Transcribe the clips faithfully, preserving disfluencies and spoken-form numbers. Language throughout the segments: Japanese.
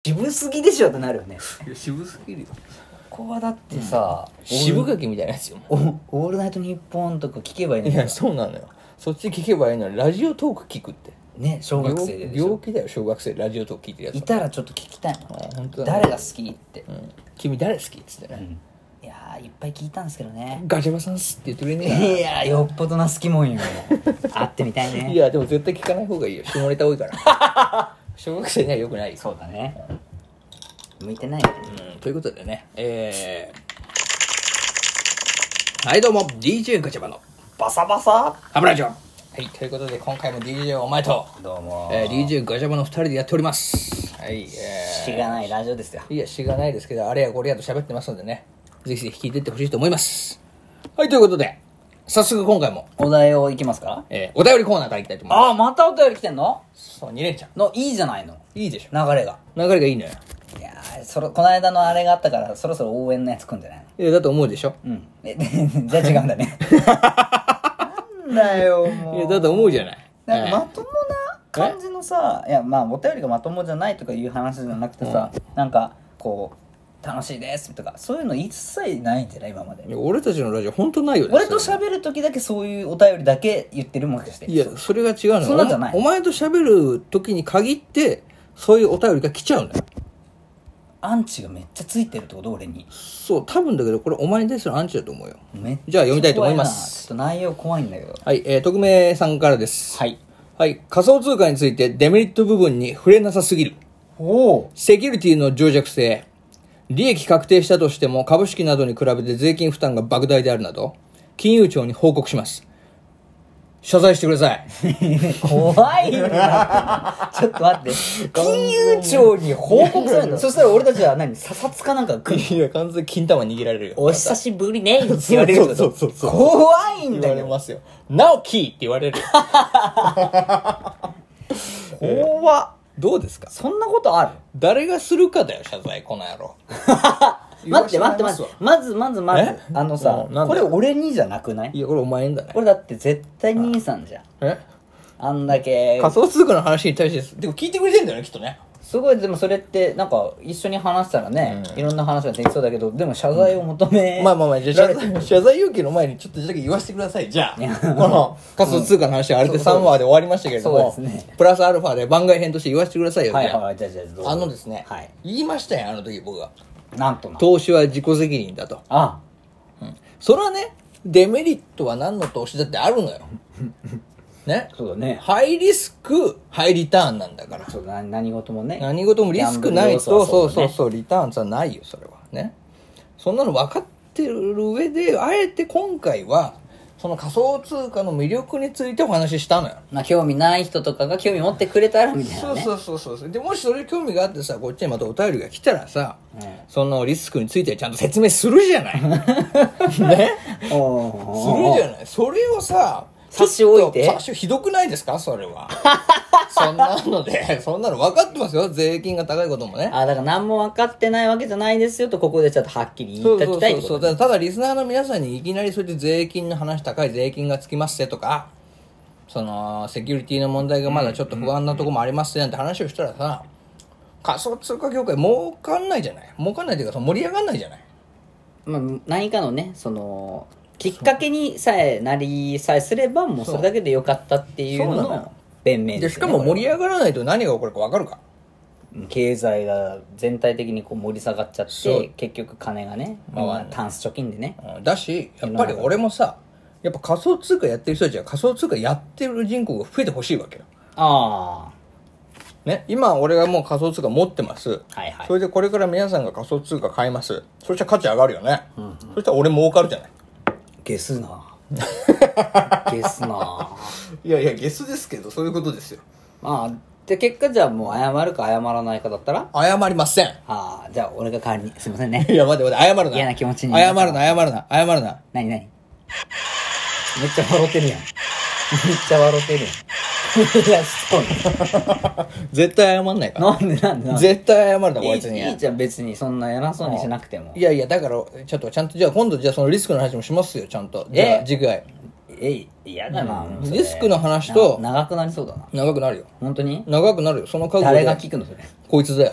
渋すぎでしょってなるよね。 いや渋すぎるよ。 ここはだってさ、 うん、渋柿みたいなやつよ。 オールナイトニッポンとか聞けばいいのに。 いやそうなのよ。そっち聞けばいいのにラジオトーク聞くってね、小学生ででしょ。 病気だよ、小学生ラジオトーク聞いてるやつ。 いたらちょっと聞きたいもん。 あ本当だね、 誰が好きって、 うん、君誰好きっつってね、 うん、いやーいっぱい聞いたんですけどね。 ガチャバさんっすって言ってくれねえいやーよっぽどな好きもんよ。会ってみたいね。 いやでも絶対聞かない方がいいよ、下ネタ多いから小学生には良くないよ。 そうだね、向いてないよ、 うん、ということでね、えー、はいどうも ディージェー ガチャバのバサバサハブラジオ。はい、ということで今回も ディージェー お前とどうも、 えー、ディージェー ガチャバのふたりでやっております。はい、えー、 しがないラジオですよ。 いやしがないですけど、あれやこれやと喋ってますのでね、ぜひぜひ聞いていってほしいと思います。はい、ということで早速今回も、 お題をいきますか。 えー、お便りコーナーからいきたいと思います。 ああ、またお便り来てんの。 そうに連チャンのいいじゃないの、 いいでしょ、 流れが。 流れがいいのよ。 いやーそろこの間のあれがあったからそろそろ応援のやつ来るんじゃないの。 いやだと思うでしょ。 うんえじゃあ違うんだねなんだよもう。 いやだと思うじゃない。 なんかまともな感じのさ、いやまあお便りがまともじゃないとかいう話じゃなくてさ、うん、なんかこう楽しいですとかそういうの一切ないんじゃない今まで。 いや俺たちのラジオ本当ないよね。 俺と喋る時だけそういうお便りだけ言ってるもんかして。 いやそれが違うのよ。 そんなんじゃない。 お前と喋る時に限ってそういうお便りが来ちゃうんだよ。 アンチがめっちゃついてるってこと俺に。 そう多分だけどこれお前に対するアンチだと思うよ。 めっちゃじゃあ読みたいと思います。 ちょっと内容怖いんだけど。 はい、えー、匿名さんからです。 はいはい、仮想通貨についてデメリット部分に触れなさすぎる。 おお。 セキュリティの脆弱性、利益確定したとしても株式などに比べて税金負担が莫大であるなど金融庁に報告します。謝罪してください。 怖いなちょっと待って、金融庁に報告するんだ。そしたら俺たちは何、査察かなんか来る。 いや完全に金玉握られるよ。 お久しぶりねって言われる。 そうそうそうそう、 怖いんだよ。 言われますよ。なおキーって言われるよ。 怖っ。 どうですか。 そんなことある。 誰がするかだよ謝罪、この野郎。 待って待って待ってまずまずまずあのさ、これ俺にじゃなくない。 いやこれお前んだね。 これだって絶対兄さんじゃん。 えあんだけ仮想通貨の話に対してでも聞いてくれてんだよねきっとね。 すごい。でもそれってなんか一緒に話したらね、うん、いろんな話ができそうだけど、でも謝罪を求め、うん、 まあまあまあじゃあ謝罪、謝罪要求の前にちょっとだけ言わせてください。じゃあこの仮想通貨の話はあれでさんわで終わりましたけれども、そうですね、プラスアルファで番外編として言わせてくださいよ。 はいはい、じゃあじゃあどうぞ。 あのですね、はい、言いましたよあの時僕が。 なんとな投資は自己責任だと。 ああ、うん、それはねデメリットは何の投資だってあるのよ。ね、 そうだね。 ハイリスクハイリターンなんだから。 そうだ、何事もね、 何事もリスクないと、そうそうそうそう、リターンさないよそれはね。そんなの分かってる上であえて今回はその仮想通貨の魅力についてお話ししたのよ。 まあ興味ない人とかが興味持ってくれたらみたいなね。 そうそうそうそう。でもしそれ興味があってさ、こっちにまたお便りが来たらさ、うん、そのリスクについてちゃんと説明するじゃない。ね。するじゃない。それをさ。 差し置いて差しひどくないですかそれは。そんなのでそんなの分かってますよ、税金が高いこともね。 あ、だから何も分かってないわけじゃないですよとここでちょっとはっきり言いたきたいってこと。 そうそうそうそう。ただリスナーの皆さんにいきなりそれで税金の話、高い税金がつきますせとか、そのセキュリティの問題がまだちょっと不安なとこもありますせなんて話をしたらさ、仮想通貨業界儲かんないじゃない。儲かんないというか盛り上がんないじゃない。 まあ何かのね、そのきっかけにさえなりさえすればもうそれだけでよかったっていうのの弁明ですよね。 でしかも盛り上がらないと何が起こるか分かるか。 経済が全体的にこう盛り下がっちゃって結局金がね、まあ、タンス貯金でね、 うん、だしやっぱり俺もさ、やっぱ仮想通貨やってる人たちは仮想通貨やってる人口が増えてほしいわけよ。 ああね、今俺がもう仮想通貨持ってます、 はいはい、 それでこれから皆さんが仮想通貨買います。そしたら価値上がるよね、うんうん、そしたら俺儲かるじゃない。 ゲスなゲスないやいやゲスですけどそういうことですよ。 まあで結果じゃあもう謝るか謝らないかだったら謝りません。 ああじゃあ俺が代わりにすいませんね。 いや待って待って謝るな。 嫌な気持ちに謝るな謝るな謝るな。 何何めっちゃ笑ってるやんめっちゃ笑ってるやんいやそう絶対謝んないから。 なんでなんで絶対謝るなこいつに。 いいじゃん別にそんな偉そうにしなくても。 いやいやだからちょっとちゃんとじゃあ今度じゃあそのリスクの話もしますよちゃんと。じゃあ次回え嫌だな、 うん、リスクの話と長くなりそうだな。 長くなるよ。 本当に長くなるよその覚悟で。 誰が聞くのそれ。 こいつだよ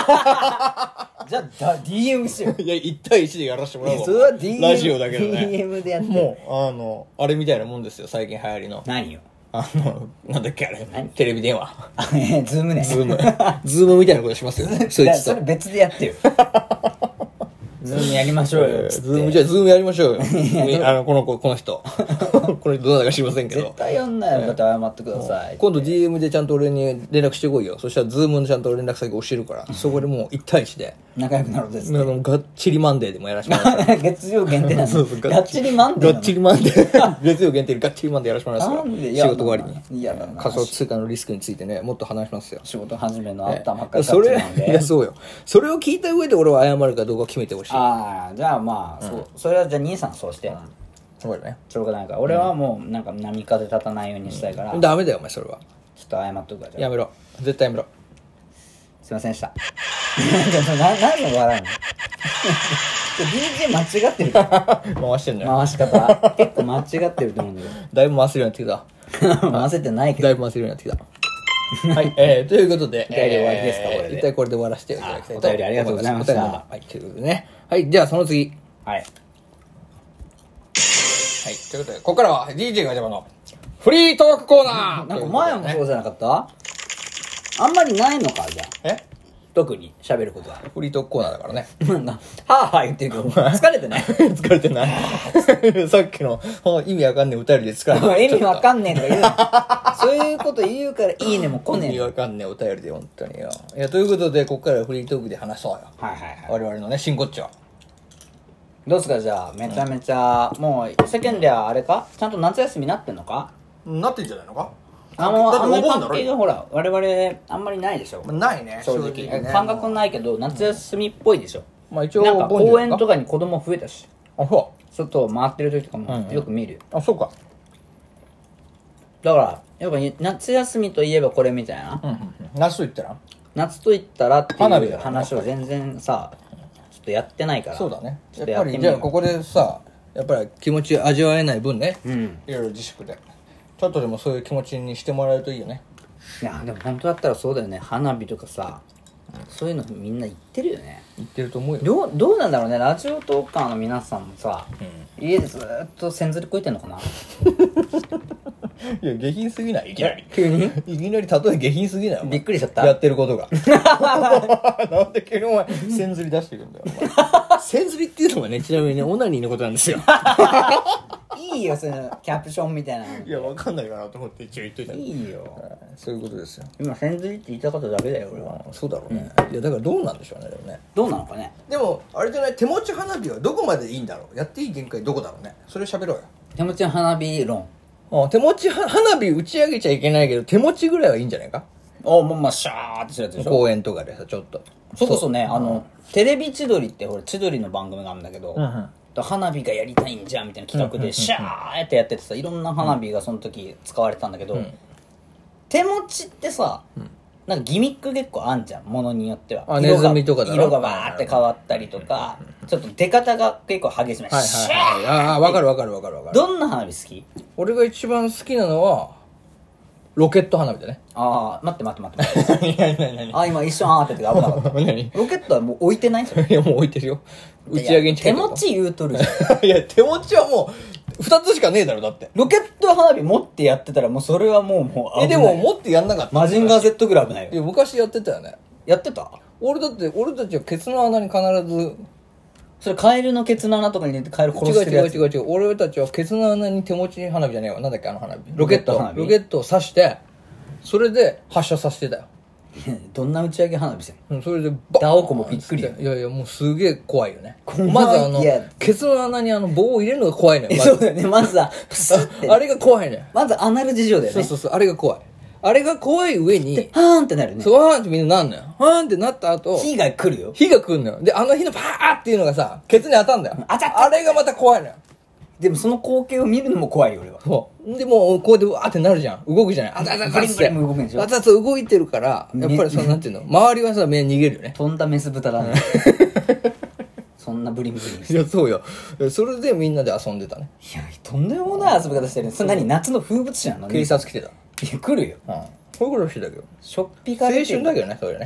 じゃあだ ディーエム しよう。 いやいち対いちでやらせてもらおうわ。 それは ディーエムラジオだけどねディーエム でやってもうあのあれみたいなもんですよ、最近流行りの何よ。 あのなんだっけあれ何テレビ電話あえズームね。 ズームズームみたいなことしますよそいつとだからそれ別でやってよ。ズームやりましょうよっつって。 ズームじゃあズームやりましょうよねあのこの子この人この人どうだか知りませんけど絶対やんないよ。だって謝ってください。 今度 ディーエム でちゃんと俺に連絡してこいよ。そしたらズームのちゃんと連絡先教えるから、そこでもういち対いちで仲良くなろうですあのガッチリマンデーでもやらせてもらいます月曜限定なの。 そうそうガッチリマンデーなの。 ガッチリマンデー月曜限定でガッチリマンデーやらせてもらいますなんでよ。仕事終わりに嫌だな。 仮想通貨のリスクについてねもっと話しますよ。 仕事始めの頭からそれなんで。 いやそうよ。それを聞いた上で俺は謝るかどうか決めてほしい。 ああ、じゃあまあ、そうそれはじゃあ兄さんそうして。 そうだね。 しょうがないから。俺はもうなんか波風立たないようにしたいから、ちょっダメだよお前それは。 と謝っとくわ。じゃあやめろ。絶対やめろ。 すいませんでした。な何の笑うの？ディージェー 間違ってるから回してんだよ。 回し方結構間違ってると思うんだけだいぶ回せるようになってきた。 ど回せてないけど。 だいぶ回せるようになってきた。はい、えー、ということで、 一回で終わりですかえーこれで一体これで終わらせていただきたいと思います。 あお便りありがとうございましたお便りのはい、ということでね。はい、じゃあその次。 はい。 はい、ということで、ここからは ディージェー ガチャバのフリートークコーナーなんか前もそうじゃなかった？あんまりないのかじゃあ。 え特に喋ることは。 フリートークコーナーだからね。 なんか、はぁはぁ言ってるけど、疲れてない疲れてないさっきの意味わかんねえ歌りで疲れてない。 意味わかんねえとか言うな。そういうこと言うからいいねも来ねえの。 意味わかんねえお便りで本当によ。いや、ということで、ここからはフリートークで話そうよ。 はいはいはい。 我々のね、真骨頂。 どうすかじゃあ、めちゃめちゃ、もう世間ではあれかちゃんと夏休みなってんのか？ なってんじゃないのか。 あもうだってあんまりお盆だろ関係がほら、我々あんまりないでしょ。 ないね、 正直。感覚ないけど、夏休みっぽいでしょ。 まあ一応なんかお盆じゃないか公園とかに子供増えたし、 あ、そ外を回ってる時とかもうんよく見るよ。 う。あ、そうか。 だから、やっぱ夏休みといえばこれみたいな。 うんうんうん。夏と言ったら夏と言ったらっていう花火だね話を全然さ、ちょっとやってないから。 そうだね。 ちょっとやっぱり、 やってみようじゃあここでさ、やっぱり気持ち味わえない分ね、 うん。 いろいろ自粛で。ちょっとでもそういう気持ちにしてもらえるといいよね。 いや、でも本当だったらそうだよね。花火とかさ、そういうのみんな言ってるよね。 言ってると思うよ。 どう、どうなんだろうね。ラジオトーカーの皆さんもさ、家でずーっと線ずりこいてんのかな。 いや、下品すぎないいきなり。 急にいきなり例え下品すぎないお前びっくりしちゃったやってることが。なんで急にお前、線ずり出してくんだよ、お前。線ずりっていうのはね、ちなみにね、オナニーのことなんですよ。 いいよ、そのキャプションみたいなの。 いや、わかんないかなと思って一応言っといたいいよ。 そういうことですよ。 今、線ずりって言ったことだけだよ、俺は。 そうだろうね。いや、だからどうなんでしょうね、でもね。 どうなのかね。 でも、あれじゃない、手持ち花火はどこまでいいんだろう。やっていい限界どこだろうね。それ喋ろうよ。 手持ちの花火論。 あ手持ちは花火打ち上げちゃいけないけど、手持ちぐらいはいいんじゃないか。 おもうまあ、シャーってするやつでしょ。 公園とかでさ、ちょっと。 それこそね、あの、テレビ千鳥って、ほら、千鳥の番組があるんだけど、 うんうん花火がやりたいんじゃんみたいな企画で、シャーってやっててさ、いろんな花火がその時使われてたんだけど、手持ちってさ、なんかギミック結構あんじゃん、ものによっては。 あ色がネズミとかだろ色がバーって変わったりとか、ちょっと出方が結構激しめ。 はいはいシャはい。ああ、わかるわかるわかるわかーる。 どんな花火好き？ 俺が一番好きなのは、ロケット花火だね。 ああ、待って待って待って待って。 いやいやいやいや。 あ、今一瞬あーって言って危なかった。 何ロケットはもう置いてないそれ。 いや、もう置いてるよ。打ち上げに近い手持ち言うとるじゃん。 いや、手持ちはもう、二つしかねえだろ、だって。 ロケット花火持ってやってたらもうそれはもうもう危ない。 え、でも持ってやんなかった。 マジンガー Z ぐらい危ないよ。 いや、昔やってたよね。 やってた？ 俺だって、俺たちはケツの穴に必ず、 それカエルのケツの穴とかに入れてカエル殺違うしてるやつ。 違う違う違う。俺たちはケツの穴に手持ち花火じゃねえわ。なんだっけ、あの花火。ロケット。 ロケット花火ロケットを刺して、それで発射させてたよ。 どんな打ち上げ花火してんの？ うん、それでバダオコもびっくりよいやいや、もうすげえ怖いよね。 怖いまずあのいや、 ケツの穴にあの棒を入れるのが怖いのよ。 え、 まずそうだよね。まずは、プスって。 あれが怖いのよ。 まずアナル事情だよね。 そうそうそう、あれが怖い。あれが怖い上に、 はーんってなるね。 そう、わーんってみんななんのよ。わーんってなった後、 火が来るよ。 火が来んのよ。で、あの火のパーっていうのがさ、ケツに当たんだよ。 あちゃったあれがまた怖いのよ。 でもその光景を見るのも怖いよ、俺は。 そう。で、もう、こうやってわーってなるじゃん。動くじゃない。あたあたあたって。 ブリンブリン動くんでしょあたあた動いてるから、やっぱりその、なんていうの、周りはさ、目逃げるよね。 飛んだメス豚だね。そんなブリンブリンして。 いや、そうよ。それでみんなで遊んでたね。 いや、とんでもない遊び方してるね。それ何？夏の風物詩なの？ 警察来てた。 いや、来るよ。 うん。こういうことしてたけど。 しょっぴ青かれてる。 春だけどね、それね。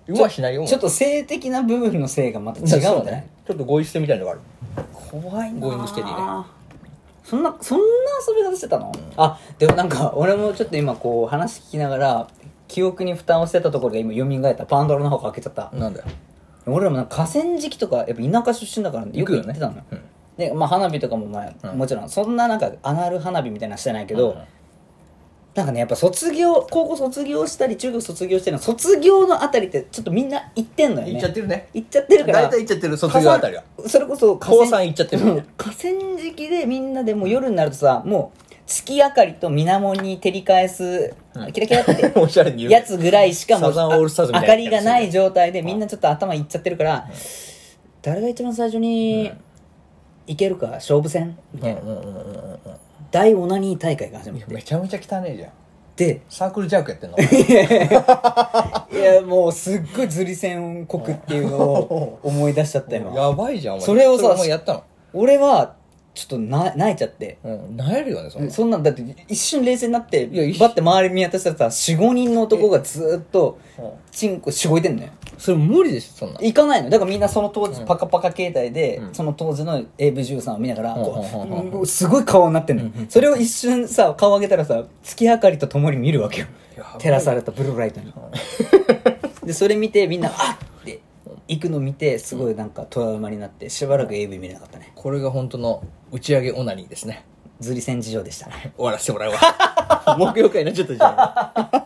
うはしないよ。 ちょっと性的な部分の性がまた違うんだそうね。 ちょっとゴイ捨てみたいなのがある。 怖いな。 ゴーイングステディね。 そんなそんな遊び方してたの、うん、あでもなんか俺もちょっと今こう話聞きながら記憶に蓋をしてたところが今蘇った。パンドラの箱開けちゃった。 なんだよ。 俺らもなんか河川敷とかやっぱ田舎出身だからよく行ってたのよ、ね、うん、で、まあ、花火とかもまあ、うん、もちろんそんななんかアナル花火みたいなのしてないけど、うん、なんかねやっぱ卒業高校卒業したり中学卒業してるの卒業のあたりってちょっとみんな行ってんのよね。 行っちゃってるね。 行っちゃってるから大体行っちゃってる卒業あたりは。 それこそ高さん行っちゃってる、ね、 河川敷でみんなでもう夜になるとさもう月明かりと水面に照り返す、うん、キラキラっておしゃれに言うやつぐらいしかもサザンオールスターズみたいな明かりがない状態でみんなちょっと頭いっちゃってるから、うん、誰が一番最初に行けるか勝負戦みたいな大オナニー大会が始まってめちゃめちゃ汚ねえじゃん。 でサークルジャークやってんのいやもうすっごい釣り線国っていうのを思い出しちゃったよ。 やばいじゃん。 それをさそれやったの俺はちょっとな泣いちゃって、 うん、泣えるよねそんな。 そんなんだって一瞬冷静になってバッて周り見渡したらさ よん,ご 人の男がずーっとチンコしごいてんのよ。 それ無理でしょそんな。 行かないのだからみんなその当時パカパカ携帯で、 うん、 その当時の エーブイじゅうさんを見ながらこう、 うん、すごい顔になってんのよ、うん、それを一瞬さ顔上げたらさ月明かりとともに見るわけよ。照らされたブルーライトにでそれ見てみんなあっって行くの見てすごいなんかトラウマになってしばらく エーブイ 見れなかったね。 これが本当の打ち上げオナニーですね。 釣り線事情でしたね。 終わらせてもらうわ木曜会になっちゃったじゃん